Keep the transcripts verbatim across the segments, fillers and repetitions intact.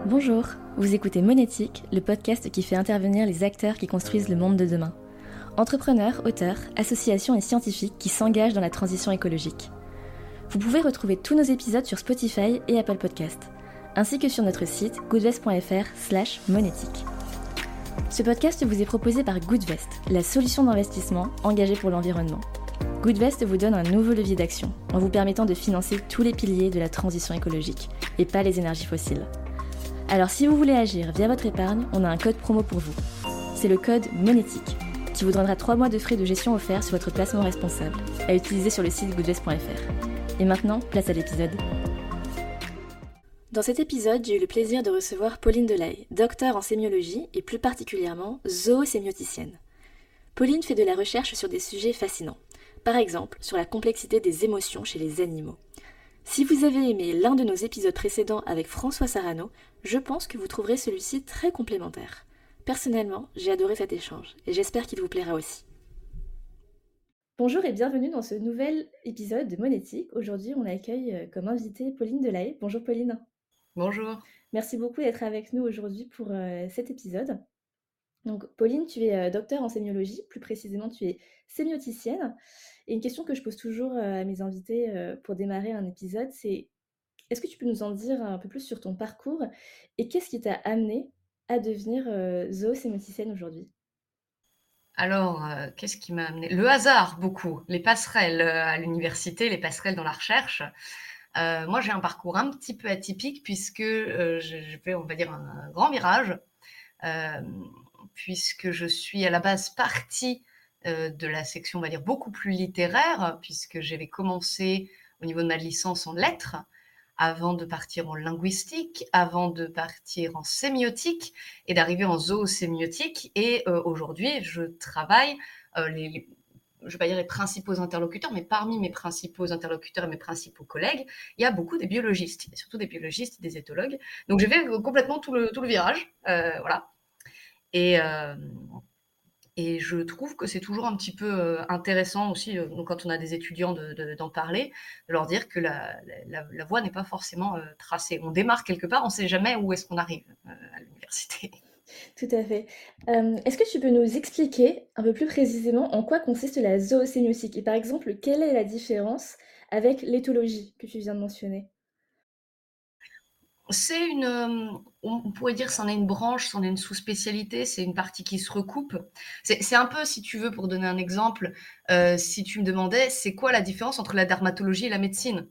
Bonjour, vous écoutez Monétique, le podcast qui fait intervenir les acteurs qui construisent le monde de demain. Entrepreneurs, auteurs, associations et scientifiques qui s'engagent dans la transition écologique. Vous pouvez retrouver tous nos épisodes sur Spotify et Apple Podcasts, ainsi que sur notre site goodvest point fr slash monétique. Ce podcast vous est proposé par Goodvest, la solution d'investissement engagée pour l'environnement. Goodvest vous donne un nouveau levier d'action, en vous permettant de financer tous les piliers de la transition écologique, et pas les énergies fossiles. Alors si vous voulez agir via votre épargne, on a un code promo pour vous. C'est le code Monétique, qui vous donnera trois mois de frais de gestion offerts sur votre placement responsable, à utiliser sur le site goodvest point fr. Et maintenant, place à l'épisode. Dans cet épisode, j'ai eu le plaisir de recevoir Pauline Delaye, docteure en sémiologie et plus particulièrement zoosémioticienne. Pauline fait de la recherche sur des sujets fascinants, par exemple sur la complexité des émotions chez les animaux. Si vous avez aimé l'un de nos épisodes précédents avec François Sarano, je pense que vous trouverez celui-ci très complémentaire. Personnellement, j'ai adoré cet échange et j'espère qu'il vous plaira aussi. Bonjour et bienvenue dans ce nouvel épisode de Monétique. Aujourd'hui, on accueille comme invitée Pauline Delaye. Bonjour Pauline. Bonjour. Merci beaucoup d'être avec nous aujourd'hui pour euh, cet épisode. Donc Pauline, tu es euh, docteur en sémiologie, plus précisément tu es sémioticienne. Et une question que je pose toujours euh, à mes invités euh, pour démarrer un épisode, c'est est-ce que tu peux nous en dire un peu plus sur ton parcours et qu'est-ce qui t'a amené à devenir euh, zoosémioticienne aujourd'hui? Alors, euh, qu'est-ce qui m'a amené? Le hasard, beaucoup. Les passerelles euh, à l'université, les passerelles dans la recherche. Euh, moi, j'ai un parcours un petit peu atypique puisque euh, je, je fais, on va dire, un, un grand virage, euh, puisque je suis à la base partie euh, de la section, on va dire, beaucoup plus littéraire, puisque j'avais commencé au niveau de ma licence en lettres, avant de partir en linguistique, avant de partir en sémiotique et d'arriver en zoosémiotique. Et euh, aujourd'hui, je travaille, euh, les, les, je ne vais pas dire les principaux interlocuteurs, mais parmi mes principaux interlocuteurs et mes principaux collègues, il y a beaucoup des biologistes, et surtout des biologistes et des éthologues. Donc j'ai fait complètement tout le, tout le virage, euh, voilà. Et, euh, et je trouve que c'est toujours un petit peu euh, intéressant aussi, euh, quand on a des étudiants, de, de, d'en parler, de leur dire que la, la, la voie n'est pas forcément euh, tracée. On démarre quelque part, on ne sait jamais où est-ce qu'on arrive euh, à l'université. Tout à fait. Euh, est-ce que tu peux nous expliquer un peu plus précisément en quoi consiste la zoosémiotique? Et par exemple, quelle est la différence avec l'éthologie que tu viens de mentionner? C'est une, euh, on pourrait dire, c'en est une branche, c'en est une sous-spécialité, c'est une partie qui se recoupe. C'est, c'est un peu, si tu veux, pour donner un exemple, euh, si tu me demandais, c'est quoi la différence entre la dermatologie et la médecine?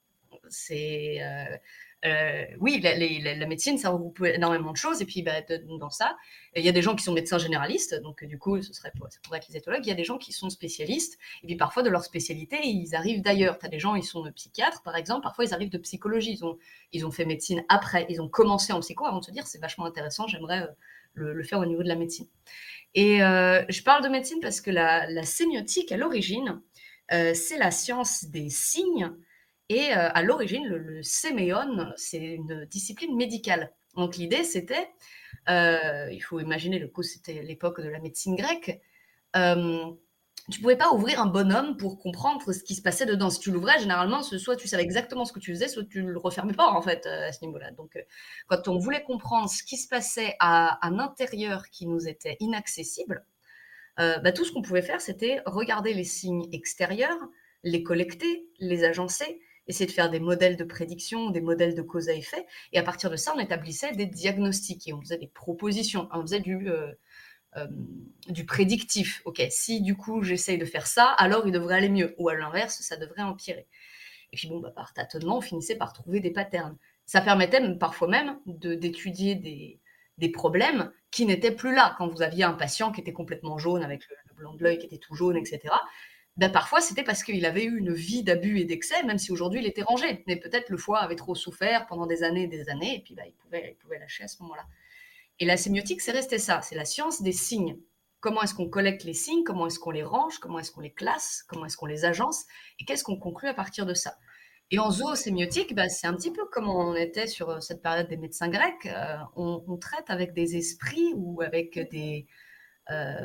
C'est euh, euh, oui, la, la, la médecine, ça regroupe énormément de choses. Et puis, bah, de, dans ça, il y a des gens qui sont médecins généralistes, donc du coup, ce serait pour, ça pourrait être les éthologues. Il y a des gens qui sont spécialistes, et puis parfois, de leur spécialité, ils arrivent d'ailleurs. Tu as des gens, ils sont psychiatres, par exemple, parfois, ils arrivent de psychologie. Ils ont, ils ont fait médecine après, ils ont commencé en psycho avant de se dire, c'est vachement intéressant, j'aimerais euh, le, le faire au niveau de la médecine. Et euh, je parle de médecine parce que la, la sémiotique, à l'origine, euh, c'est la science des signes. Et euh, à l'origine, le, le séméon, c'est une discipline médicale. Donc l'idée, c'était, euh, il faut imaginer, le coup, c'était l'époque de la médecine grecque, euh, tu pouvais pas ouvrir un bonhomme pour comprendre ce qui se passait dedans. Si tu l'ouvrais, généralement, soit tu savais exactement ce que tu faisais, soit tu le refermais pas, en fait, à ce niveau-là. Donc, euh, quand on voulait comprendre ce qui se passait à un intérieur qui nous était inaccessible, euh, bah, tout ce qu'on pouvait faire, c'était regarder les signes extérieurs, les collecter, les agencer, essayer de faire des modèles de prédiction, des modèles de cause à effet, et à partir de ça, on établissait des diagnostics et on faisait des propositions, on faisait du, euh, euh, du prédictif. Ok, si du coup j'essaye de faire ça, alors il devrait aller mieux, ou à l'inverse, ça devrait empirer. Et puis bon, bah, par tâtonnement, on finissait par trouver des patterns. Ça permettait même, parfois même de, d'étudier des, des problèmes qui n'étaient plus là. Quand vous aviez un patient qui était complètement jaune, avec le, le blanc de l'œil qui était tout jaune, et cetera, ben parfois c'était parce qu'il avait eu une vie d'abus et d'excès, même si aujourd'hui il était rangé. Mais peut-être le foie avait trop souffert pendant des années et des années, et puis ben, il, pouvait, il pouvait lâcher à ce moment-là. Et la sémiotique, c'est resté ça, c'est la science des signes. Comment est-ce qu'on collecte les signes, comment est-ce qu'on les range, comment est-ce qu'on les classe, comment est-ce qu'on les agence, et qu'est-ce qu'on conclut à partir de ça. Et en zoosémiotique, bah, c'est un petit peu comme on était sur cette période des médecins grecs. Euh, on, on, traite avec des esprits ou avec des, euh,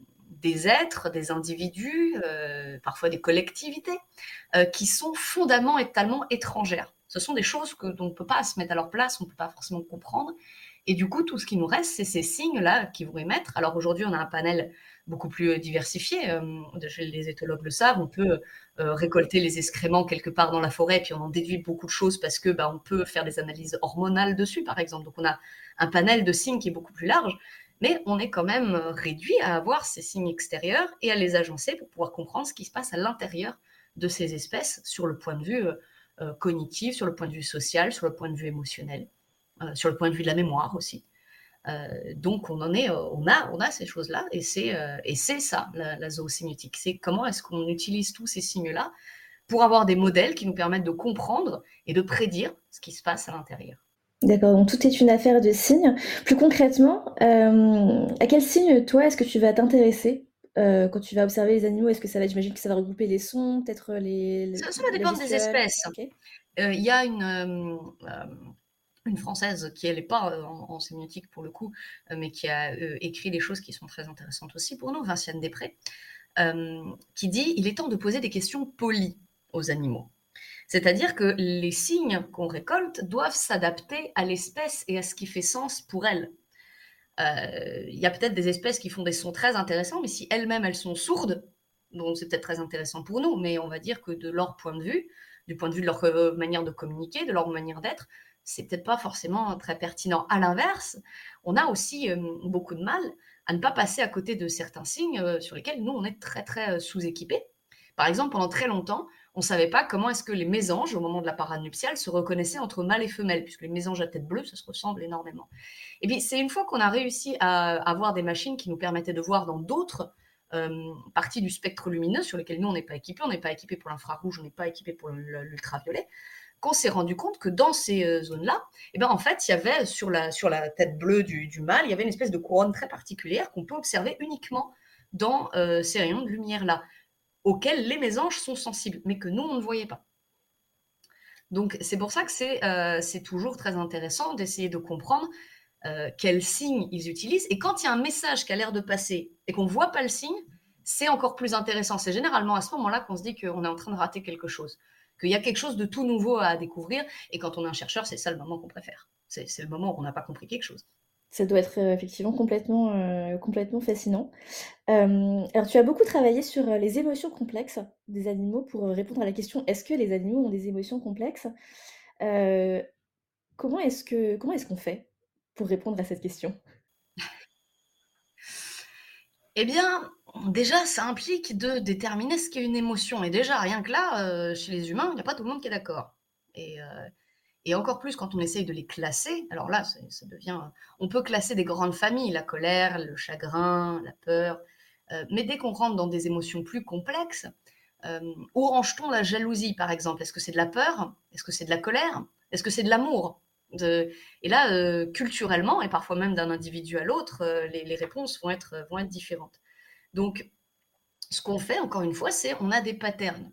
des êtres, des individus, euh, parfois des collectivités, euh, qui sont fondamentalement étrangères. Ce sont des choses que, dont on ne peut pas se mettre à leur place, on ne peut pas forcément comprendre. Et du coup, tout ce qui nous reste, c'est ces signes-là qui vont émettre. Alors aujourd'hui, on a un panel beaucoup plus diversifié. Euh, les éthologues le savent, on peut euh, récolter les excréments quelque part dans la forêt, puis on en déduit beaucoup de choses parce que bah, on peut faire des analyses hormonales dessus, par exemple. Donc on a un panel de signes qui est beaucoup plus large, mais on est quand même réduit à avoir ces signes extérieurs et à les agencer pour pouvoir comprendre ce qui se passe à l'intérieur de ces espèces sur le point de vue euh, cognitif, sur le point de vue social, sur le point de vue émotionnel. Euh, sur le point de vue de la mémoire aussi. Euh, donc on en est, on a, on a ces choses-là, et c'est euh, et c'est ça la, la zoosémiotique. C'est comment est-ce qu'on utilise tous ces signes-là pour avoir des modèles qui nous permettent de comprendre et de prédire ce qui se passe à l'intérieur. D'accord, donc tout est une affaire de signes. Plus concrètement, euh, à quel signe, toi, est-ce que tu vas t'intéresser euh, quand tu vas observer les animaux? Est-ce que ça va, j'imagine que ça va regrouper les sons, peut-être les, les, Ça, ça va la dépendre des gestuelle. espèces. Il Okay. euh, y a une euh, euh, une Française qui, elle n'est pas en, en sémiotique pour le coup, euh, mais qui a euh, écrit des choses qui sont très intéressantes aussi pour nous, Vinciane Després, euh, qui dit « Il est temps de poser des questions polies aux animaux ». C'est-à-dire que les signes qu'on récolte doivent s'adapter à l'espèce et à ce qui fait sens pour elle. Euh, Il y a peut-être des espèces qui font des sons très intéressants, mais si elles-mêmes, elles sont sourdes, bon, c'est peut-être très intéressant pour nous, mais on va dire que de leur point de vue, du point de vue de leur euh, manière de communiquer, de leur manière d'être, c'est peut-être pas forcément très pertinent. À l'inverse, on a aussi euh, beaucoup de mal à ne pas passer à côté de certains signes euh, sur lesquels nous, on est très, très euh, sous-équipés. Par exemple, pendant très longtemps, on ne savait pas comment est-ce que les mésanges, au moment de la parade nuptiale, se reconnaissaient entre mâles et femelles, puisque les mésanges à tête bleue, ça se ressemble énormément. Et puis, c'est une fois qu'on a réussi à avoir des machines qui nous permettaient de voir dans d'autres euh, parties du spectre lumineux sur lesquelles nous, on n'est pas équipés, on n'est pas équipé pour l'infrarouge, on n'est pas équipé pour l'ultraviolet, qu'on s'est rendu compte que dans ces zones-là, eh ben, en fait, il y avait sur la, sur la tête bleue du, du mâle, il y avait une espèce de couronne très particulière qu'on peut observer uniquement dans euh, ces rayons de lumière-là, auxquels les mésanges sont sensibles, mais que nous, on ne voyait pas. Donc, c'est pour ça que c'est euh, toujours très intéressant d'essayer de comprendre euh, quels signes ils utilisent. Et quand il y a un message qui a l'air de passer et qu'on ne voit pas le signe, c'est encore plus intéressant. C'est généralement à ce moment-là qu'on se dit qu'on est en train de rater quelque chose, qu'il y a quelque chose de tout nouveau à découvrir. Et quand on est un chercheur, c'est ça le moment qu'on préfère. C'est le moment où on n'a pas compris quelque chose. Ça doit être euh, effectivement complètement, euh, complètement fascinant. Euh, alors, tu as beaucoup travaillé sur euh, les émotions complexes des animaux pour euh, répondre à la question est-ce que les animaux ont des émotions complexes? euh, Comment est-ce que comment est-ce qu'on fait pour répondre à cette question? Eh bien, déjà, ça implique de déterminer ce qu'est une émotion. Et déjà, rien que là, euh, chez les humains, il n'y a pas tout le monde qui est d'accord. Et, euh, et encore plus quand on essaye de les classer. Alors là, ça, ça devient. On peut classer des grandes familles, la colère, le chagrin, la peur. Euh, mais dès qu'on rentre dans des émotions plus complexes, euh, où range-t-on la jalousie, par exemple? Est-ce que c'est de la peur? Est-ce que c'est de la colère? Est-ce que c'est de l'amour? De... Et là, euh, culturellement, et parfois même d'un individu à l'autre, euh, les, les réponses vont être, vont être différentes. Donc, ce qu'on fait, encore une fois, c'est on a des patterns.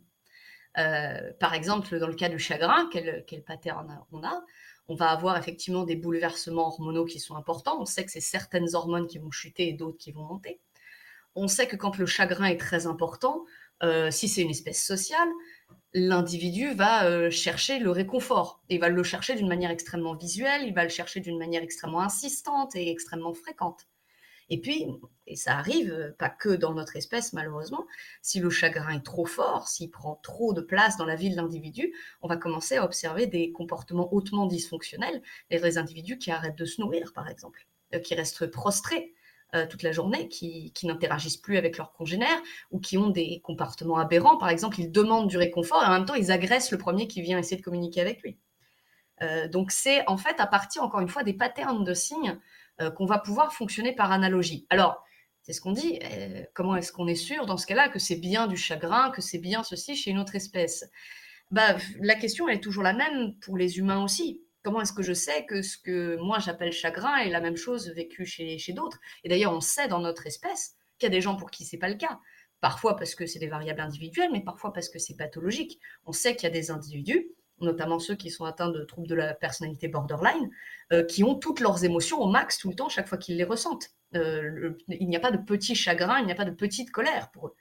Euh, par exemple, dans le cas du chagrin, quel, quel pattern on a? On va avoir effectivement des bouleversements hormonaux qui sont importants. On sait que c'est certaines hormones qui vont chuter et d'autres qui vont monter. On sait que quand le chagrin est très important, euh, si c'est une espèce sociale, l'individu va euh, chercher le réconfort. Il va le chercher d'une manière extrêmement visuelle, il va le chercher d'une manière extrêmement insistante et extrêmement fréquente. Et puis, et ça arrive, pas que dans notre espèce malheureusement, si le chagrin est trop fort, s'il prend trop de place dans la vie de l'individu, on va commencer à observer des comportements hautement dysfonctionnels, les individus qui arrêtent de se nourrir par exemple, euh, qui restent prostrés euh, toute la journée, qui, qui n'interagissent plus avec leurs congénères ou qui ont des comportements aberrants. Par exemple, ils demandent du réconfort et en même temps ils agressent le premier qui vient essayer de communiquer avec lui. Euh, donc c'est en fait à partir encore une fois des patterns de signes euh, qu'on va pouvoir fonctionner par analogie. Alors, c'est ce qu'on dit, euh, comment est-ce qu'on est sûr dans ce cas-là que c'est bien du chagrin, que c'est bien ceci chez une autre espèce? Bah, la question elle est toujours la même pour les humains aussi. Comment est-ce que je sais que ce que moi j'appelle chagrin est la même chose vécue chez, chez d'autres? Et d'ailleurs, on sait dans notre espèce qu'il y a des gens pour qui c'est pas le cas. Parfois parce que c'est des variables individuelles, mais parfois parce que c'est pathologique. On sait qu'il y a des individus, notamment ceux qui sont atteints de troubles de la personnalité borderline, euh, qui ont toutes leurs émotions au max tout le temps, chaque fois qu'ils les ressentent. Euh, le, il n'y a pas de petit chagrin, il n'y a pas de petite colère pour eux.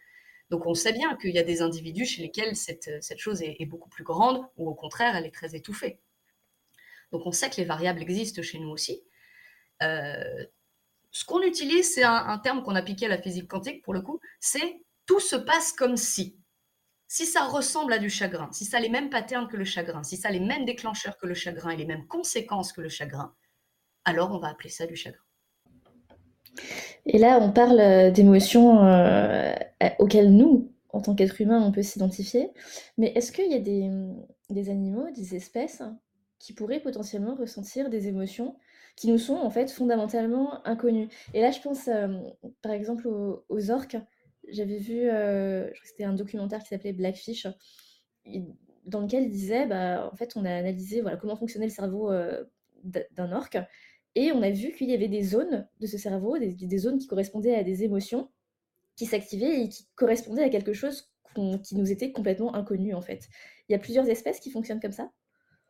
Donc on sait bien qu'il y a des individus chez lesquels cette, cette chose est, est beaucoup plus grande, ou au contraire, elle est très étouffée. Donc on sait que les variables existent chez nous aussi. Euh, ce qu'on utilise, c'est un, un terme qu'on a piqué à la physique quantique, pour le coup, c'est « tout se passe comme si ». Si ça ressemble à du chagrin, si ça a les mêmes patterns que le chagrin, si ça a les mêmes déclencheurs que le chagrin et les mêmes conséquences que le chagrin, alors on va appeler ça du chagrin. Et là, on parle euh, d'émotions euh, auxquelles nous, en tant qu'êtres humains, on peut s'identifier. Mais est-ce qu'il y a des, des animaux, des espèces qui pourraient potentiellement ressentir des émotions qui nous sont en fait fondamentalement inconnues? Et là, je pense euh, par exemple aux, aux orques. J'avais vu, euh, je crois que c'était un documentaire qui s'appelait Blackfish, et- dans lequel il disait, bah, en fait, on a analysé voilà, comment fonctionnait le cerveau euh, d- d'un orque. Et on a vu qu'il y avait des zones de ce cerveau, des, des zones qui correspondaient à des émotions qui s'activaient et qui correspondaient à quelque chose qu'on- qui nous était complètement inconnu en fait. Il y a plusieurs espèces qui fonctionnent comme ça.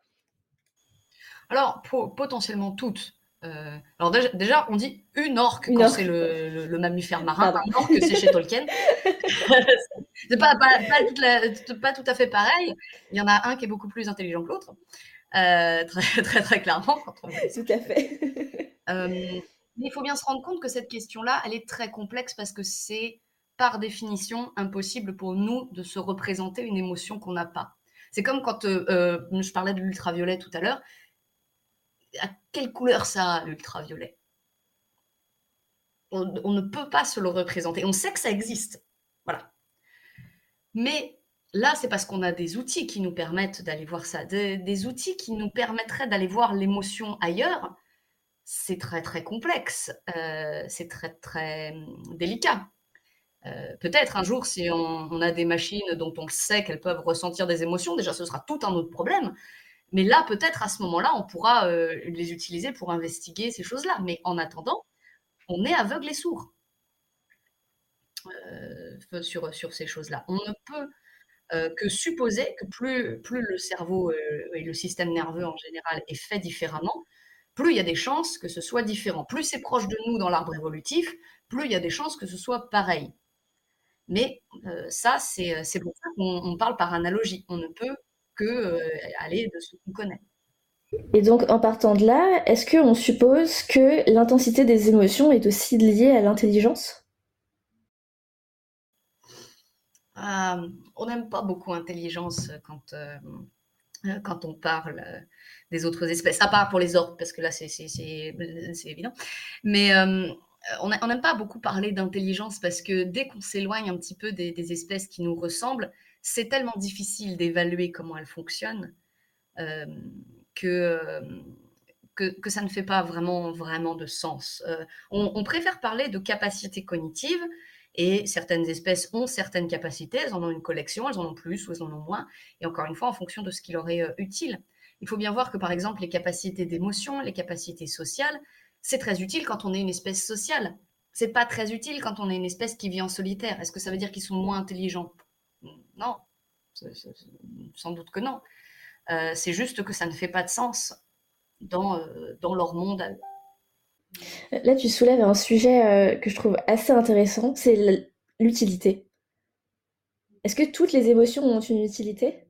Alors, po- potentiellement toutes. Euh, alors déjà, déjà, on dit une orque Une quand c'est orque, le, le- le mammifère marin. pardon. Un orque, c'est chez Tolkien. C'est pas, pas, pas, toute la- pas tout à fait pareil. Il y en a un qui est beaucoup plus intelligent que l'autre. Euh, très, très, très clairement, quand on voit les Tout orques. à fait. Euh, mais il faut bien se rendre compte que cette question-là, elle est très complexe parce que c'est, par définition, impossible pour nous de se représenter une émotion qu'on n'a pas. C'est comme quand euh, euh, je parlais de l'ultraviolet tout à l'heure. À quelle couleur ça a, l'ultraviolet? on, on ne peut pas se le représenter. On sait que ça existe. Voilà. Mais là, c'est parce qu'on a des outils qui nous permettent d'aller voir ça. Des, des outils qui nous permettraient d'aller voir l'émotion ailleurs. C'est très, très complexe. Euh, c'est très, très hum, délicat. Euh, peut-être un jour, si on, on a des machines dont on sait qu'elles peuvent ressentir des émotions, déjà ce sera tout un autre problème. Mais là, peut-être à ce moment-là, on pourra euh, les utiliser pour investiguer ces choses-là. Mais en attendant, on est aveugle et sourd euh, sur, sur ces choses-là. On ne peut euh, que supposer que plus, plus le cerveau euh, et le système nerveux en général est fait différemment, plus il y a des chances que ce soit différent. Plus c'est proche de nous dans l'arbre évolutif, plus il y a des chances que ce soit pareil. Mais euh, ça, c'est c'est pour ça qu'on on parle par analogie. On ne peut que euh, aller de ce qu'on connaît. Et donc, en partant de là, est-ce qu'on suppose que l'intensité des émotions est aussi liée à l'intelligence? Euh, on n'aime pas beaucoup intelligence quand, euh, quand on parle euh, des autres espèces, à part pour les orques, parce que là, c'est c'est- c'est- c'est évident. Mais euh, on n'aime pas beaucoup parler d'intelligence parce que dès qu'on s'éloigne un petit peu des, des espèces qui nous ressemblent, c'est tellement difficile d'évaluer comment elles fonctionnent euh, que, euh, que, que ça ne fait pas vraiment, vraiment de sens. Euh, on, on préfère parler de capacités cognitives et certaines espèces ont certaines capacités, elles en ont une collection, elles en ont plus ou elles en ont moins, et encore une fois, en fonction de ce qui leur est euh, utile. Il faut bien voir que, par exemple, les capacités d'émotion, les capacités sociales, c'est très utile quand on est une espèce sociale. C'est pas très utile quand on est une espèce qui vit en solitaire. Est-ce que ça veut dire qu'ils sont moins intelligents? Non, c'est- c'est- sans doute que non. Euh, c'est juste que ça ne fait pas de sens dans, euh, dans leur monde. Là, tu soulèves un sujet euh, que je trouve assez intéressant, c'est l- l'utilité. Est-ce que toutes les émotions ont une utilité?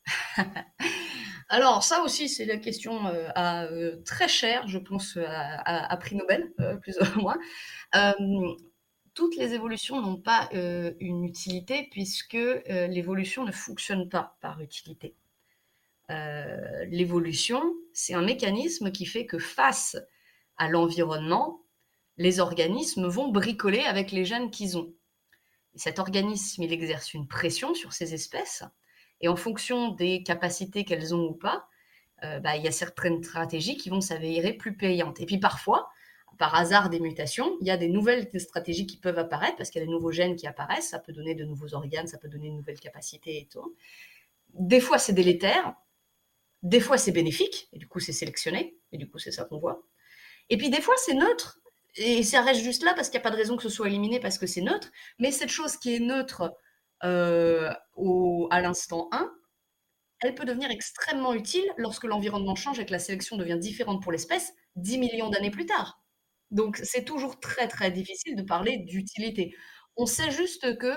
Alors ça aussi, c'est la question euh, à euh, très cher, je pense, à, à- à prix Nobel, euh, plus ou moins. Euh, toutes les évolutions n'ont pas euh, une utilité puisque euh, l'évolution ne fonctionne pas par utilité. Euh, l'évolution, c'est un mécanisme qui fait que face à l'environnement, les organismes vont bricoler avec les gènes qu'ils ont. Et cet organisme, il exerce une pression sur ces espèces, et en fonction des capacités qu'elles ont ou pas, euh, bah, il y a certaines stratégies qui vont s'avérer plus payantes. Et puis parfois, par hasard des mutations, il y a des nouvelles stratégies qui peuvent apparaître parce qu'il y a des nouveaux gènes qui apparaissent, ça peut donner de nouveaux organes, ça peut donner de nouvelles capacités et tout. Des fois, c'est délétère, des fois, c'est bénéfique, et du coup, c'est sélectionné, et du coup, c'est ça qu'on voit. Et puis des fois, c'est neutre, et ça reste juste là parce qu'il n'y a pas de raison que ce soit éliminé parce que c'est neutre, mais cette chose qui est neutre euh, au, à l'instant un, elle peut devenir extrêmement utile lorsque l'environnement change et que la sélection devient différente pour l'espèce dix millions d'années plus tard. Donc c'est toujours très très difficile de parler d'utilité. On sait juste que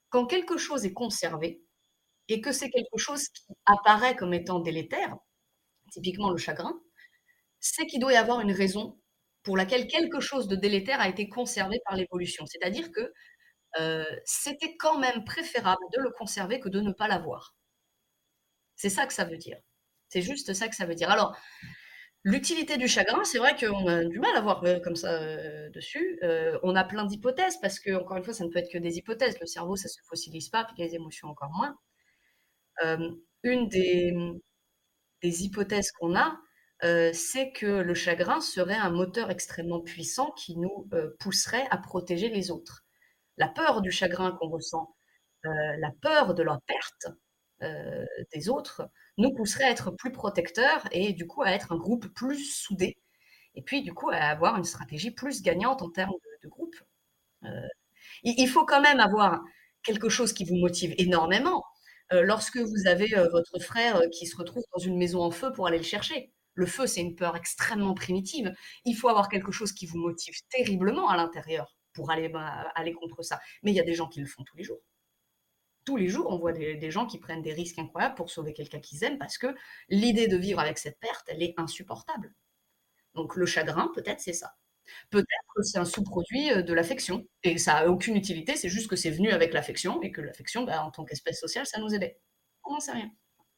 Quand quelque chose est conservé et que c'est quelque chose qui apparaît comme étant délétère, typiquement le chagrin, c'est qu'il doit y avoir une raison pour laquelle quelque chose de délétère a été conservé par l'évolution. C'est-à-dire que, heu, c'était quand même préférable de le conserver que de ne pas l'avoir. C'est ça que ça veut dire. C'est juste ça que ça veut dire. Alors, l'utilité du chagrin, c'est vrai qu'on a du mal à voir, heu, comme ça, heu, dessus. Heu, on a plein d'hypothèses parce qu'encore une fois, ça ne peut être que des hypothèses. Le cerveau, ça se fossilise pas, puis les émotions encore moins. Hem, une des, mmh, des hypothèses qu'on a, heu, c'est que le chagrin serait un moteur extrêmement puissant qui nous, heu, pousserait à protéger les autres. La peur du chagrin qu'on ressent, heu, la peur de la perte, heu, des autres, nous pousserait à être plus protecteurs et du coup à être un groupe plus soudé et puis du coup à avoir une stratégie plus gagnante en termes de de groupe. Heu, il il faut quand même avoir quelque chose qui vous motive énormément, heu, lorsque vous avez, heu, votre frère, heu, qui se retrouve dans une maison en feu pour aller le chercher. Le feu, c'est une peur extrêmement primitive. Il faut avoir quelque chose qui vous motive terriblement à l'intérieur pour aller, bah, aller contre ça. Mais il y a des gens qui le font tous les jours. Tous les jours, on voit des des gens qui prennent des risques incroyables pour sauver quelqu'un qu'ils aiment parce que l'idée de vivre avec cette perte, elle est insupportable. Donc le chagrin, peut-être, c'est ça. Peut-être que c'est un sous-produit, heu, de l'affection et ça a aucune utilité, c'est juste que c'est venu avec l'affection et que l'affection, bah, en tant qu'espèce sociale, ça nous aidait. On n'en sait rien.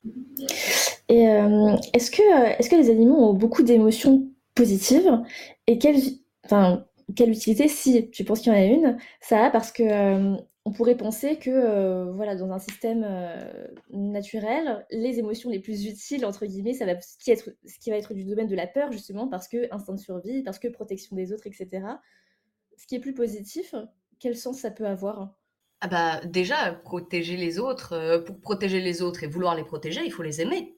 Et euh, est-ce que, euh, est-ce que les animaux ont beaucoup d'émotions positives et quelle, enfin, quelle utilité, si tu penses qu'il y en a une, ça a parce que euh, on pourrait penser que euh, voilà, dans un système euh, naturel, les émotions les plus utiles, entre guillemets, ça va ce qui, être, ce qui va être du domaine de la peur, justement, parce que instinct de survie, parce que protection des autres, et cetera. Ce qui est plus positif, quel sens ça peut avoir? Ah bah, déjà, protéger les autres, heu, pour protéger les autres et vouloir les protéger, il faut les aimer.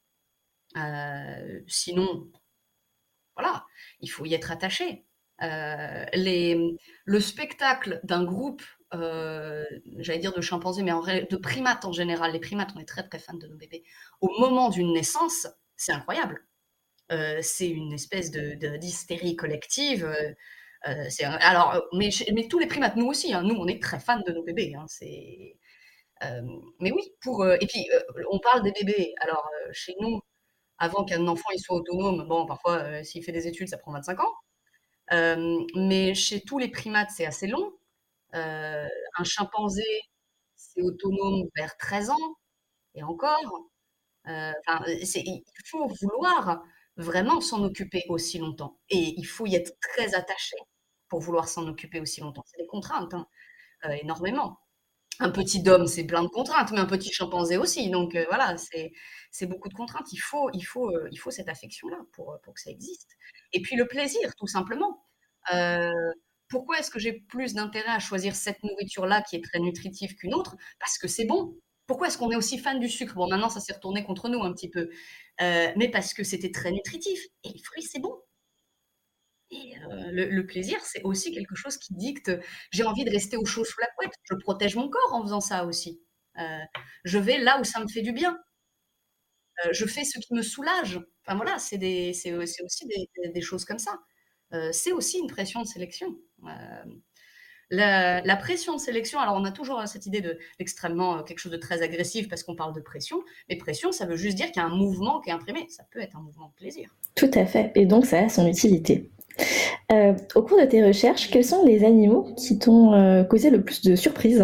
Heu, sinon, voilà, il faut y être attaché. Heu, les mmh, le spectacle d'un groupe, heu, j'allais dire de chimpanzés, mais en ré de primates en général, les primates, on est très, très fans de nos bébés. Au moment d'une naissance, c'est incroyable. Heu, c'est une espèce de de d'hystérie collective, heu heu, c'est un alors, heu, mais chez mais tous les primates, nous aussi, hein, nous, on est très fans de nos bébés, hein, c'est, hem, mais oui, pour, heu et puis, heu, on parle des bébés. Alors, heu, chez nous, avant qu'un enfant il soit autonome, bon, parfois, heu, s'il fait des études, ça prend vingt-cinq ans. Hem, mais chez tous les primates, c'est assez long. Heu, un chimpanzé, c'est autonome vers treize ans et encore. Heu, enfin, heu, c'est il il faut vouloir vraiment s'en occuper aussi longtemps et il faut y être très attaché pour vouloir s'en occuper aussi longtemps. C'est des contraintes, hein, heu, énormément. Un petit dôme, c'est plein de contraintes, mais un petit chimpanzé aussi, donc heu, voilà, c'est c'est beaucoup de contraintes. Il faut il faut, heu, il faut cette affection-là pour, heu, pour que ça existe et puis le plaisir, tout simplement. Heu, pourquoi est-ce que j'ai plus d'intérêt à choisir cette nourriture-là qui est très nutritive qu'une autre? Parce que c'est bon. Pourquoi est-ce qu'on est aussi fan du sucre? Bon, maintenant, ça s'est retourné contre nous un petit peu, heu, mais parce que c'était très nutritif et les fruits, c'est bon et heu, le le plaisir, c'est aussi quelque chose qui dicte, j'ai envie de rester au chaud sous la couette. Je protège mon corps en faisant ça aussi. Heu, je vais là où ça me fait du bien. Heu, je fais ce qui me soulage. Enfin voilà, c'est des c'est, heu, c'est aussi des des des choses comme ça. Heu, c'est aussi une pression de sélection. Hem, la la pression de sélection, alors on a toujours, heu, cette idée de l'extrêmement, heu, quelque chose de très agressif parce qu'on parle de pression, mais pression, ça veut juste dire qu'il y a un mouvement qui est imprimé. Ça peut être un mouvement de plaisir. Tout à fait, et donc ça a son utilité. Euh, au cours de tes recherches, quels sont les animaux qui t'ont euh, causé le plus de surprises?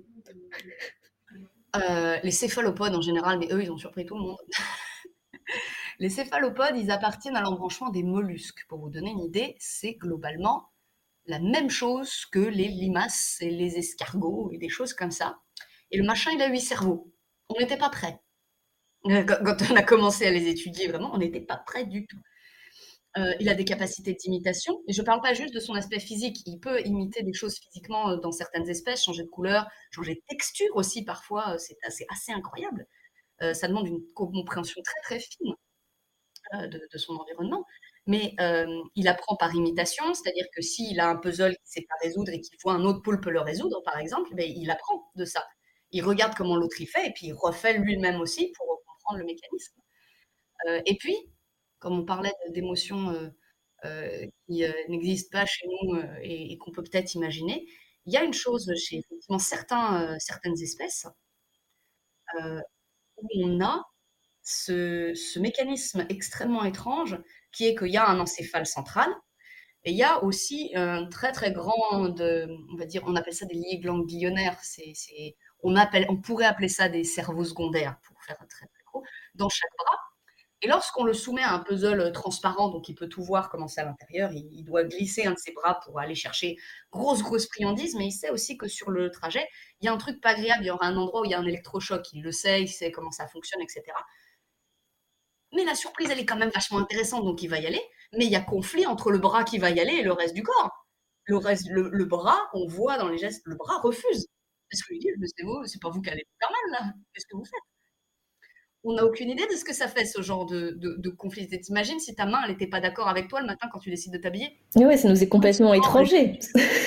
Heu, les céphalopodes en général, mais eux, ils ont surpris tout le monde. Les céphalopodes, ils appartiennent à l'embranchement des mollusques. Pour vous donner une idée, c'est globalement la même chose que les limaces et les escargots et des choses comme ça. Et le machin, il a huit cerveaux. On n'était pas prêts. Heu, quand quand on a commencé à les étudier vraiment, on n'était pas prêts du tout. Heu, il a des capacités d'imitation et je parle pas juste de son aspect physique. Il peut imiter des choses physiquement, heu, dans certaines espèces, changer de couleur, changer de texture aussi parfois, heu, c'est assez assez incroyable. Heu, ça demande une compréhension très, très fine, heu, de de son environnement. Mais, hem, il apprend par imitation, c'est-à-dire que s'il a un puzzle qu'il sait pas résoudre et qu'il voit un autre poulpe le résoudre, par exemple, beh, il apprend de ça. Il regarde comment l'autre il fait et puis il refait lui-même aussi pour, heu, comprendre le mécanisme. Heu et puis, comme on parlait de d'émotions, heu heu, qui, heu, n'existent pas chez nous, heu et et qu'on peut peut-être imaginer, il y a une chose chez dans certains, heu, certaines espèces, heu, où on a ce ce mécanisme extrêmement étrange qui est qu'il y a un encéphale central et il y a aussi un très, très grand de on va dire, on appelle ça des liés ganglionnaires. C'est c'est on appelle on pourrait appeler ça des cerveaux secondaires pour faire très, très gros, dans chaque bras et lorsqu'on le soumet à un puzzle, heu, transparent, donc il peut tout voir comment c'est à l'intérieur, il il doit glisser un de ses bras pour aller chercher grosse, grosse friandise, mais il sait aussi que sur le trajet, il y a un truc pas agréable, il y aura un endroit où il y a un électrochoc. Il le sait, il sait comment ça fonctionne et cetera. Mais la surprise, elle est quand même vachement intéressante, donc il va y aller, mais il y a conflit entre le bras qui va y aller et le reste du corps. Le reste le le bras, on voit dans les gestes, le bras refuse. Parce que lui dit: «Mais c'est vous, c'est pas vous qui allez me faire mal là, qu'est-ce que vous faites?» On n'a aucune idée de ce que ça fait ce genre de de de conflit. Tu t'imagines si ta main, elle était pas d'accord avec toi le matin quand tu décides de t'habiller? Ouais, ouais, ça nous est Comment tu complètement changes et étranger. tu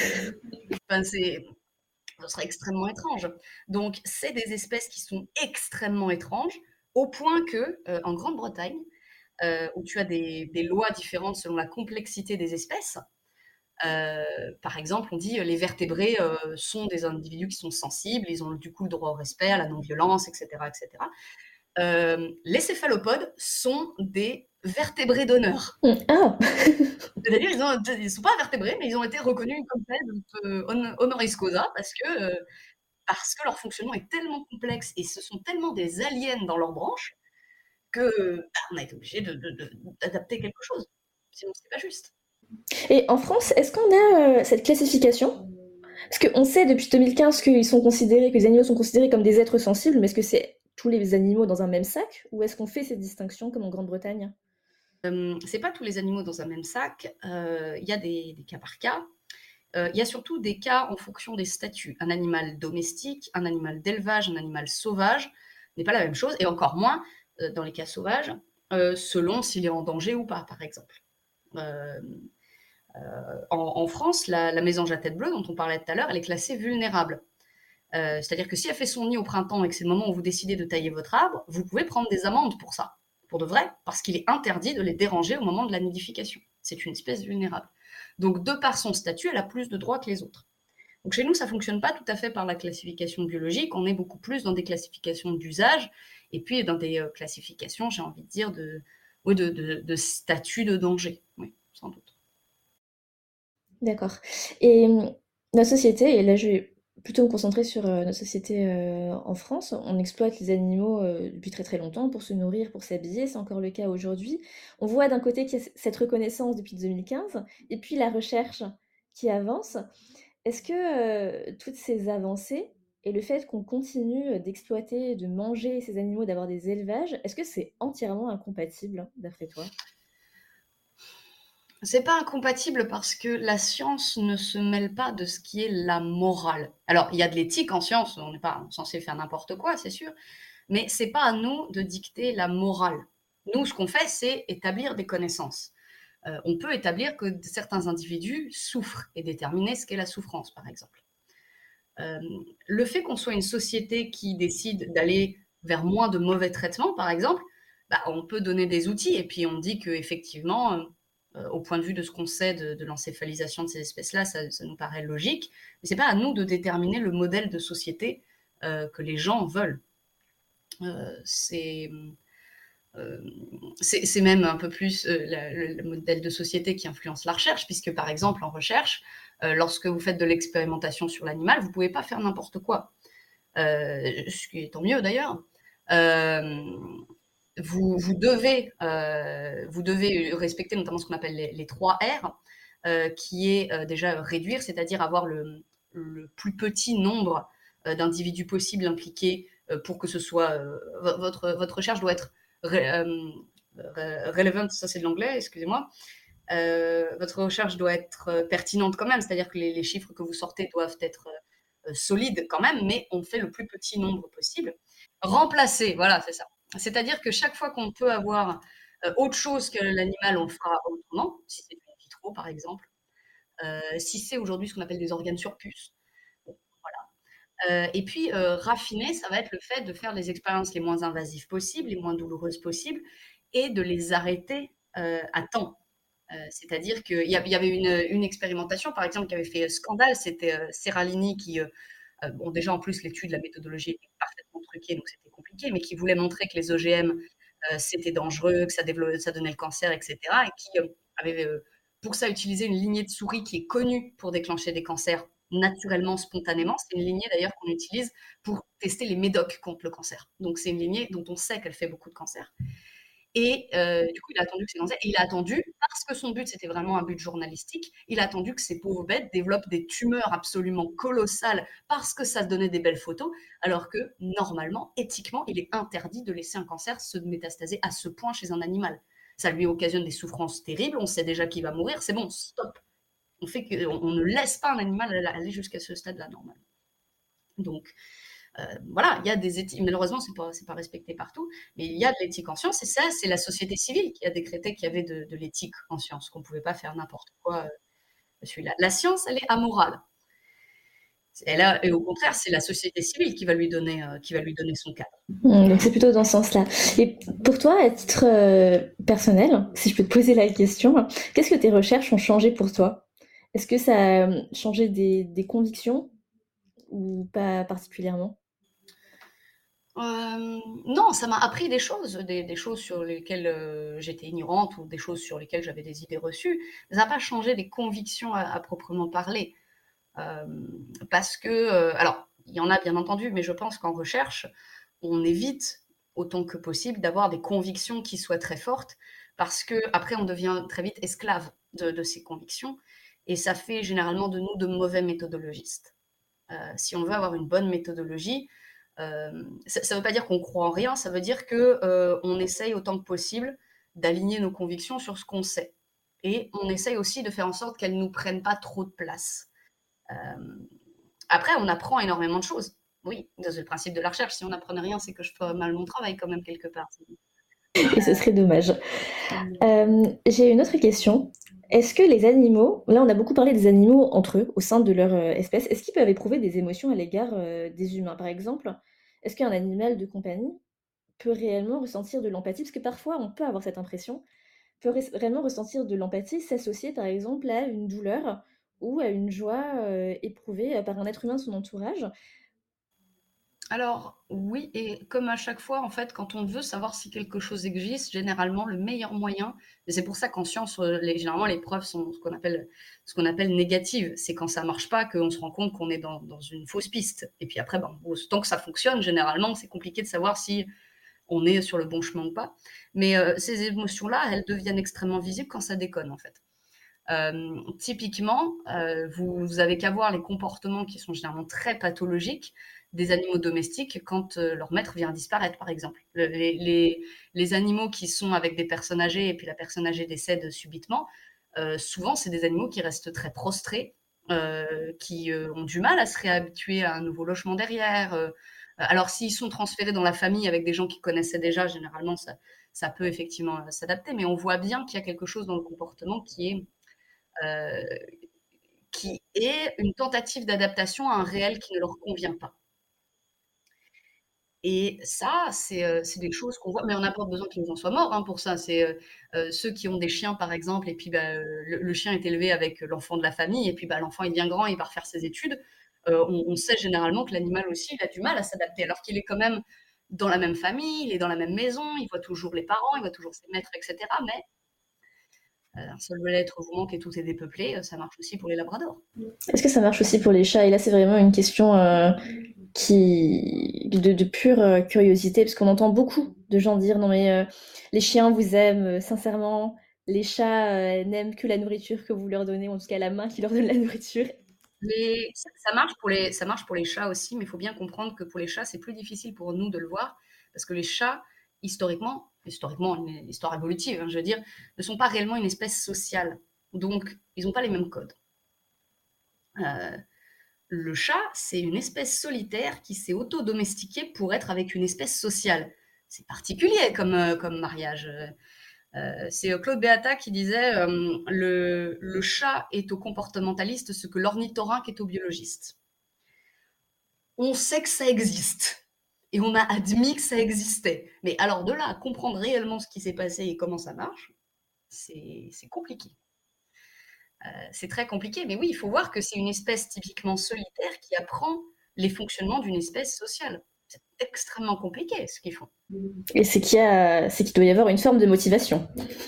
enfin c'est ce serait extrêmement étrange. Donc c'est des espèces qui sont extrêmement étranges, au point que, heu, en Grande-Bretagne, heu, où tu as des des lois différentes selon la complexité des espèces, heu, par exemple, on dit, heu, les vertébrés, heu, sont des individus qui sont sensibles, ils ont du coup le droit au respect, à la non-violence et cetera et cetera. Hem, les céphalopodes sont des vertébrés d'honneur. Mmh, ah! C'est-à-dire ils ont ils sont pas vertébrés, mais ils ont été reconnus comme tels, donc heu, hon honoris causa parce que, heu, parce que leur fonctionnement est tellement complexe et ce sont tellement des aliens dans leurs branches que, bah, on a été obligé de de de d'adapter quelque chose. Sinon c'est pas juste. Et en France, est-ce qu'on a, heu, cette classification? Parce qu'on sait depuis deux mille quinze qu'ils sont considérés que les animaux sont considérés comme des êtres sensibles, mais est-ce que c'est tous les animaux dans un même sac? Ou est-ce qu'on fait cette distinction comme en Grande-Bretagne? Hem, c'est pas tous les animaux dans un même sac, heu, il y a des des cas par cas. Heu, il y a surtout des cas en fonction des statuts. Un animal domestique, un animal d'élevage, un animal sauvage n'est pas la même chose et encore moins, heu, dans les cas sauvages, heu, selon s'il est en danger ou pas, par exemple. Hem, heu, en en France, la la mésange à tête bleue dont on parlait tout à l'heure, elle est classée vulnérable. Heu, c'est-à-dire que si elle fait son nid au printemps et que c'est le moment où vous décidez de tailler votre arbre, vous pouvez prendre des amendes pour ça, pour de vrai, parce qu'il est interdit de les déranger au moment de la nidification. C'est une espèce vulnérable. Donc, de par son statut, elle a plus de droits que les autres. Donc chez nous, ça fonctionne pas tout à fait par la classification biologique, on est beaucoup plus dans des classifications d'usage et puis dans des, heu, classifications, j'ai envie de dire, de oui, de de de statut de danger. Oui, sans doute. D'accord. Et mmh, notre société, et là je vais plutôt me concentrer sur, heu, notre société, heu, en France, on exploite les animaux, heu, depuis très, très longtemps pour se nourrir, pour s'habiller, c'est encore le cas aujourd'hui. On voit d'un côté qu'il y a c cette reconnaissance depuis deux mille quinze et puis la recherche qui avance. Est-ce que, heu, toutes ces avancées et le fait qu'on continue, d'exploiter, de manger ces animaux, d'avoir des élevages, est-ce que c'est entièrement incompatible d'après toi? C'est pas incompatible parce que la science ne se mêle pas de ce qui est la morale. Alors, il y a de l'éthique en science, on n'est pas censé faire n'importe quoi, c'est sûr, mais c'est pas à nous de dicter la morale. Nous, ce qu'on fait, c'est établir des connaissances. Heu, on peut établir que certains individus souffrent et déterminer ce qu'est la souffrance, par exemple. Hem, le fait qu'on soit une société qui décide d'aller vers moins de mauvais traitements, par exemple, bah, on peut donner des outils et puis on dit qu'effectivement, heu heu, au point de vue de ce qu'on sait de de l'encéphalisation de ces espèces-là, ça ça nous paraît logique. Mais c'est pas à nous de déterminer le modèle de société, heu, que les gens veulent. Heu, c'est, mmh, c'est c'est même un peu plus, heu, la le le modèle de société qui influence la recherche puisque, par exemple, en recherche, heu, lorsque vous faites de l'expérimentation sur l'animal, vous pouvez pas faire n'importe quoi. Heu, ce qui est tant mieux d'ailleurs. Hem, vous vous devez, heu, vous devez respecter notamment ce qu'on appelle les les trois R, heu, qui est, heu, déjà réduire, c'est-à-dire avoir le le plus petit nombre, heu, d'individus possibles impliqués, heu, pour que ce soit, heu, vo votre votre recherche doit être ré hem, re relevant, ça c'est de l'anglais, excusez-moi. Heu, votre recherche doit être, heu, pertinente quand même, c'est-à-dire que les les chiffres que vous sortez doivent être, heu heu, solides quand même, mais on fait le plus petit nombre possible. Remplacer, voilà, c'est ça. C'est-à-dire que chaque fois qu'on peut avoir, heu, autre chose que l'animal, on le fera autrement, si c'est du in vitro par exemple. Heu, si c'est aujourd'hui ce qu'on appelle des organes sur puce. Bon, voilà. Heu et puis, heu, raffiner, ça va être le fait de faire les expériences les moins invasives possibles, les moins douloureuses possibles et de les arrêter, heu, à temps. Heu, c'est-à-dire qu'il y a il y avait une, une expérimentation, par exemple, qui avait fait scandale, c'était, heu, Seralini qui, heu, heu, bon déjà en plus l'étude, la méthodologie était parfaitement truquée, donc c'était compliqué, mais qui voulait montrer que les O G M, heu, c'était dangereux, que ça dévelop ça donnait le cancer et cetera et qui, heu, avait, heu, pour ça utilisé une lignée de souris qui est connue pour déclencher des cancers naturellement, spontanément. C'est une lignée d'ailleurs qu'on utilise pour tester les médocs contre le cancer. Donc c'est une lignée dont on sait qu'elle fait beaucoup de cancers et heu, du coup, il a attendu que ces cancers et il a attendu parce que son but, c'était vraiment un but journalistique, il a attendu que ces pauvres bêtes développent des tumeurs absolument colossales parce que ça donnait des belles photos, alors que normalement, éthiquement, il est interdit de laisser un cancer se métastaser à ce point chez un animal. Ça lui occasionne des souffrances terribles, on sait déjà qu'il va mourir, c'est bon, stop. On fait que on on ne laisse pas un animal aller jusqu'à ce stade-là, normalement. Donc, heu, voilà, il y a des éthiques malheureusement, c'est pas c'est pas respecté partout, mais il y a de l'éthique en science et ça, c'est la société civile qui a décrété qu'il y avait de de l'éthique en science, qu'on pouvait pas faire n'importe quoi, heu, dessus. La la science, elle est amorale. Et là et au contraire, c'est la société civile qui va lui donner, heu, qui va lui donner son cadre. Mmh, donc c'est plutôt dans ce sens-là. Et pour toi, à titre, heu, personnel, si je peux te poser la question, qu'est-ce que tes recherches ont changé pour toi? Est-ce que ça a, mmh, changé des des convictions ou pas particulièrement? Hem, non, ça m'a appris des choses, des des choses sur lesquelles, heu, j'étais ignorante ou des choses sur lesquelles j'avais des idées reçues. Ça n'a pas changé des convictions à à proprement parler. Hem, parce que, heu, alors, il y en a bien entendu, mais je pense qu'en recherche, on évite autant que possible d'avoir des convictions qui soient très fortes, parce qu'après on devient très vite esclave de de ces convictions et ça fait généralement de nous de mauvais méthodologistes. Heu, si on veut avoir une bonne méthodologie, hem, ça ça veut pas dire qu'on croit en rien, ça veut dire que, heu, on essaye autant que possible d'aligner nos convictions sur ce qu'on sait et on essaye aussi de faire en sorte qu'elles nous prennent pas trop de place. Hem, après on apprend énormément de choses. Oui, c'est le principe de la recherche. Si on n'apprenait rien, c'est que je ferais mal mon travail quand même quelque part. Et ce serait dommage. Hem, j'ai une autre question. Est-ce que les animaux là, on a beaucoup parlé des animaux entre eux, au sein de leur, heu, espèce. Est-ce qu'ils peuvent éprouver des émotions à l'égard, heu, des humains? Par exemple, est-ce qu'un animal de compagnie peut réellement ressentir de l'empathie? Parce que parfois, on peut avoir cette impression, peut res réellement ressentir de l'empathie, s'associer par exemple à une douleur ou à une joie, heu, éprouvée, heu, par un être humain de son entourage. Alors oui et comme à chaque fois, en fait, quand on veut savoir si quelque chose existe, généralement le meilleur moyen et c'est pour ça qu'en science, heu, les généralement les preuves sont ce qu'on appelle ce qu'on appelle négatives. C'est quand ça marche pas qu'on se rend compte qu'on est dans dans une fausse piste et puis après, ben, tant que ça fonctionne, généralement, c'est compliqué de savoir si on est sur le bon chemin ou pas. Mais, heu, ces émotions-là, elles deviennent extrêmement visibles quand ça déconne, en fait. Hem, typiquement, heu, vous vous avez qu'à voir les comportements qui sont généralement très pathologiques des animaux domestiques quand, heu, leur maître vient disparaître, par exemple. Le les les les animaux qui sont avec des personnes âgées et puis la personne âgée décède subitement, heu, souvent, c'est des animaux qui restent très prostrés, heu, qui, heu, ont du mal à se réhabituer à un nouveau logement derrière, heu. Alors s'ils sont transférés dans la famille avec des gens qu'ils connaissaient déjà, généralement ça ça peut effectivement, heu, s'adapter, mais on voit bien qu'il y a quelque chose dans le comportement qui est heu, qui est une tentative d'adaptation à un réel qui ne leur convient pas. Et ça, c'est, heu, c'est des choses qu'on voit mais on n'a pas besoin que les gens soient morts, hein, pour ça. C'est, heu heu, ceux qui ont des chiens, par exemple et puis, bah, heu, le le chien est élevé avec l'enfant de la famille et puis, bah, l'enfant, il devient grand, il va refaire ses études. Heu, on on sait généralement que l'animal aussi, il a du mal à s'adapter alors qu'il est quand même dans la même famille, il est dans la même maison, il voit toujours les parents, il voit toujours ses maîtres et cetera mais heu, un seul être vous manque et tout est dépeuplé, heu, ça marche aussi pour les labradors. Est-ce que ça marche aussi pour les chats? Et là, c'est vraiment une question, heu, qui de de pure, heu, curiosité, parce qu'on entend beaucoup de gens dire: «Non mais, heu, les chiens vous aiment, heu, sincèrement, les chats, heu, n'aiment que la nourriture que vous leur donnez, ou en tout cas la main qui leur donne la nourriture». Mais ça ça marche pour les ça marche pour les chats aussi, mais il faut bien comprendre que pour les chats, c'est plus difficile pour nous de le voir parce que les chats, historiquement historiquement, une histoire évolutive, hein, je veux dire, ne sont pas réellement une espèce sociale. Donc ils ont pas les mêmes codes. Heu, le chat, c'est une espèce solitaire qui s'est auto-domestiquée pour être avec une espèce sociale. C'est particulier comme, heu, comme mariage, heu heu, c'est, heu, Claude Beata qui disait, hem: «Le le chat est au comportementaliste ce que l'ornithorynque est au biologiste». On sait que ça existe et on a admis que ça existait. Mais alors de là à comprendre réellement ce qui s'est passé et comment ça marche, c'est c'est compliqué. Heu, c'est très compliqué, mais oui, il faut voir que c'est une espèce typiquement solitaire qui apprend les fonctionnements d'une espèce sociale. C'est extrêmement compliqué ce qu'ils font. Et c'est qu'il y a, c'est qu'il doit y avoir une forme de motivation.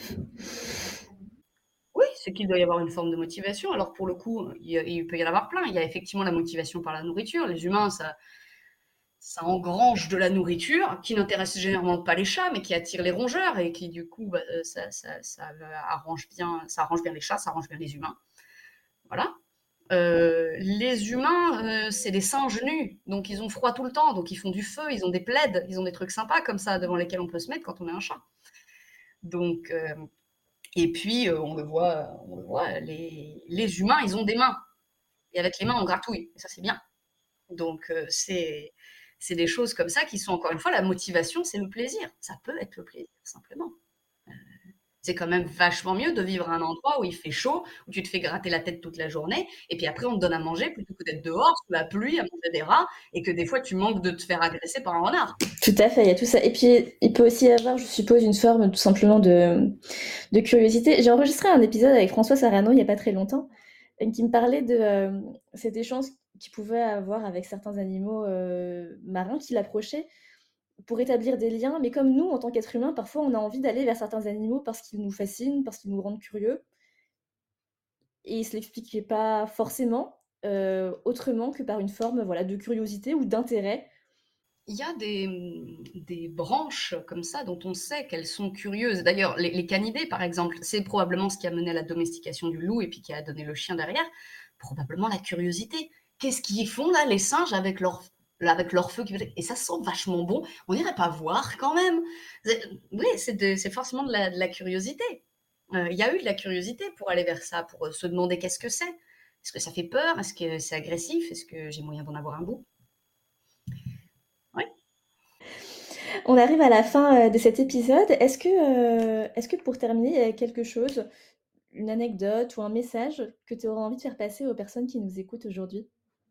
Oui, c'est qu'il doit y avoir une forme de motivation. Alors pour le coup, il, y a- il peut y en avoir plein. Il y a effectivement la motivation par la nourriture. Les humains, ça, ça engrange de la nourriture qui n'intéresse généralement pas les chats, mais qui attire les rongeurs et qui du coup, bah, euh, ça, ça, ça arrange bien, ça arrange bien les chats, ça arrange bien les humains. Voilà. Euh, les humains, euh, c'est des singes nus, donc ils ont froid tout le temps, donc ils font du feu, ils ont des plaids, ils ont des trucs sympas comme ça devant lesquels on peut se mettre quand on est un chat. Donc, euh, et puis euh, on le voit, on le voit, les, les humains, ils ont des mains, et avec les mains on gratouille, et ça c'est bien. Donc euh, c'est c'est des choses comme ça qui sont encore une fois la motivation, c'est le plaisir. Ça peut être le plaisir simplement. C'est quand même vachement mieux de vivre à un endroit où il fait chaud, où tu te fais gratter la tête toute la journée, et puis après on te donne à manger plutôt que d'être dehors sous la pluie à manger des rats, et que des fois tu manques de te faire agresser par un renard. Tout à fait, il y a tout ça. Et puis, il peut aussi y avoir, je suppose, une forme tout simplement de, de curiosité. J'ai enregistré un épisode avec François Sarano il n'y a pas très longtemps, qui me parlait de euh, cet échange qu'il pouvait avoir avec certains animaux euh, marins qui l'approchaient pour établir des liens. Mais comme nous, en tant qu'êtres humains, parfois on a envie d'aller vers certains animaux parce qu'ils nous fascinent, parce qu'ils nous rendent curieux. Et il ne se l'expliquait pas forcément euh, autrement que par une forme voilà, de curiosité ou d'intérêt. Il y a des, des branches comme ça dont on sait qu'elles sont curieuses. D'ailleurs, les, les canidés, par exemple, c'est probablement ce qui a mené à la domestication du loup et puis qui a donné le chien derrière. Probablement la curiosité. Qu'est-ce qu'ils font là, les singes, avec leur, avec leur feu qui... Et ça sent vachement bon. On n'irait pas voir quand même. C'est- Oui, c'est de- c'est forcément de la, de la curiosité. Euh, Il y a eu de la curiosité pour aller vers ça, pour euh, se demander qu'est-ce que c'est. Est-ce que ça fait peur? Est-ce que c'est agressif? Est-ce que j'ai moyen d'en avoir un bout? Oui. On arrive à la fin euh, de cet épisode. Est-ce que, euh, est-ce que pour terminer, il y a quelque chose, une anecdote ou un message que tu auras envie de faire passer aux personnes qui nous écoutent aujourd'hui?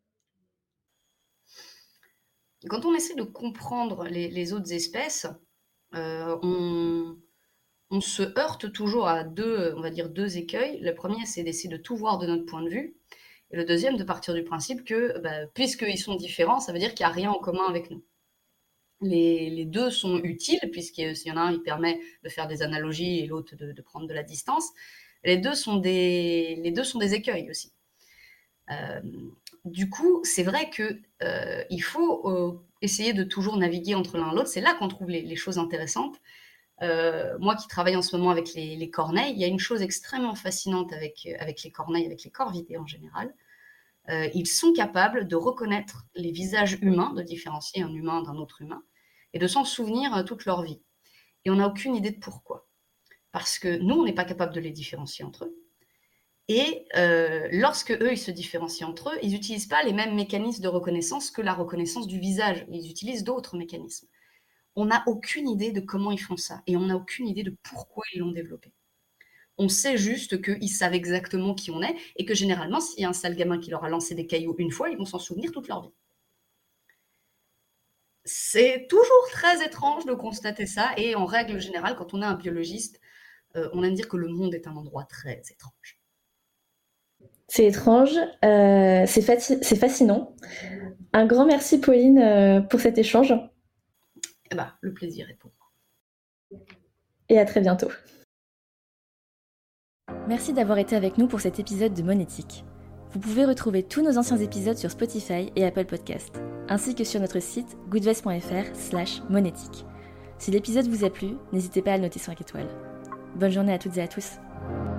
Quand on essaie de comprendre les, les autres espèces, euh, on, on se heurte toujours à deux, on va dire deux écueils. Le premier, c'est d'essayer de tout voir de notre point de vue. Et le deuxième, de partir du principe que, bah, puisqu'ils sont différents, ça veut dire qu'il n'y a rien en commun avec nous. Les, les deux sont utiles, puisqu'il y en a un, il permet de faire des analogies et l'autre de, de prendre de la distance. Les deux sont des, les deux sont des écueils aussi. Euh, du coup, c'est vrai qu'il euh, faut euh, essayer de toujours naviguer entre l'un et l'autre. C'est là qu'on trouve les, les choses intéressantes. Euh, moi qui travaille en ce moment avec les, les corneilles, il y a une chose extrêmement fascinante avec, avec les corneilles, avec les corvidés en général. Euh, ils sont capables de reconnaître les visages humains, de différencier un humain d'un autre humain, et de s'en souvenir euh, toute leur vie. Et on n'a aucune idée de pourquoi. Parce que nous, on n'est pas capable de les différencier entre eux. Et euh, lorsque eux, ils se différencient entre eux, ils n'utilisent pas les mêmes mécanismes de reconnaissance que la reconnaissance du visage. Ils utilisent d'autres mécanismes. On n'a aucune idée de comment ils font ça. Et on n'a aucune idée de pourquoi ils l'ont développé. On sait juste qu'ils savent exactement qui on est et que généralement, s'il y a un sale gamin qui leur a lancé des cailloux une fois, ils vont s'en souvenir toute leur vie. C'est toujours très étrange de constater ça. Et en règle générale, quand on est un biologiste, euh, on aime dire que le monde est un endroit très étrange. C'est étrange, euh, c'est, fati- c'est fascinant. Un grand merci Pauline euh, pour cet échange Eh ben, le plaisir est pour moi. et à très bientôt. Merci d'avoir été avec nous pour cet épisode de Monétique. Vous pouvez retrouver tous nos anciens épisodes sur Spotify et Apple Podcast, ainsi que sur notre site goodvest point fr slash monétique. Si l'épisode vous a plu, n'hésitez pas à le noter cinq étoiles. Bonne journée à toutes et à tous.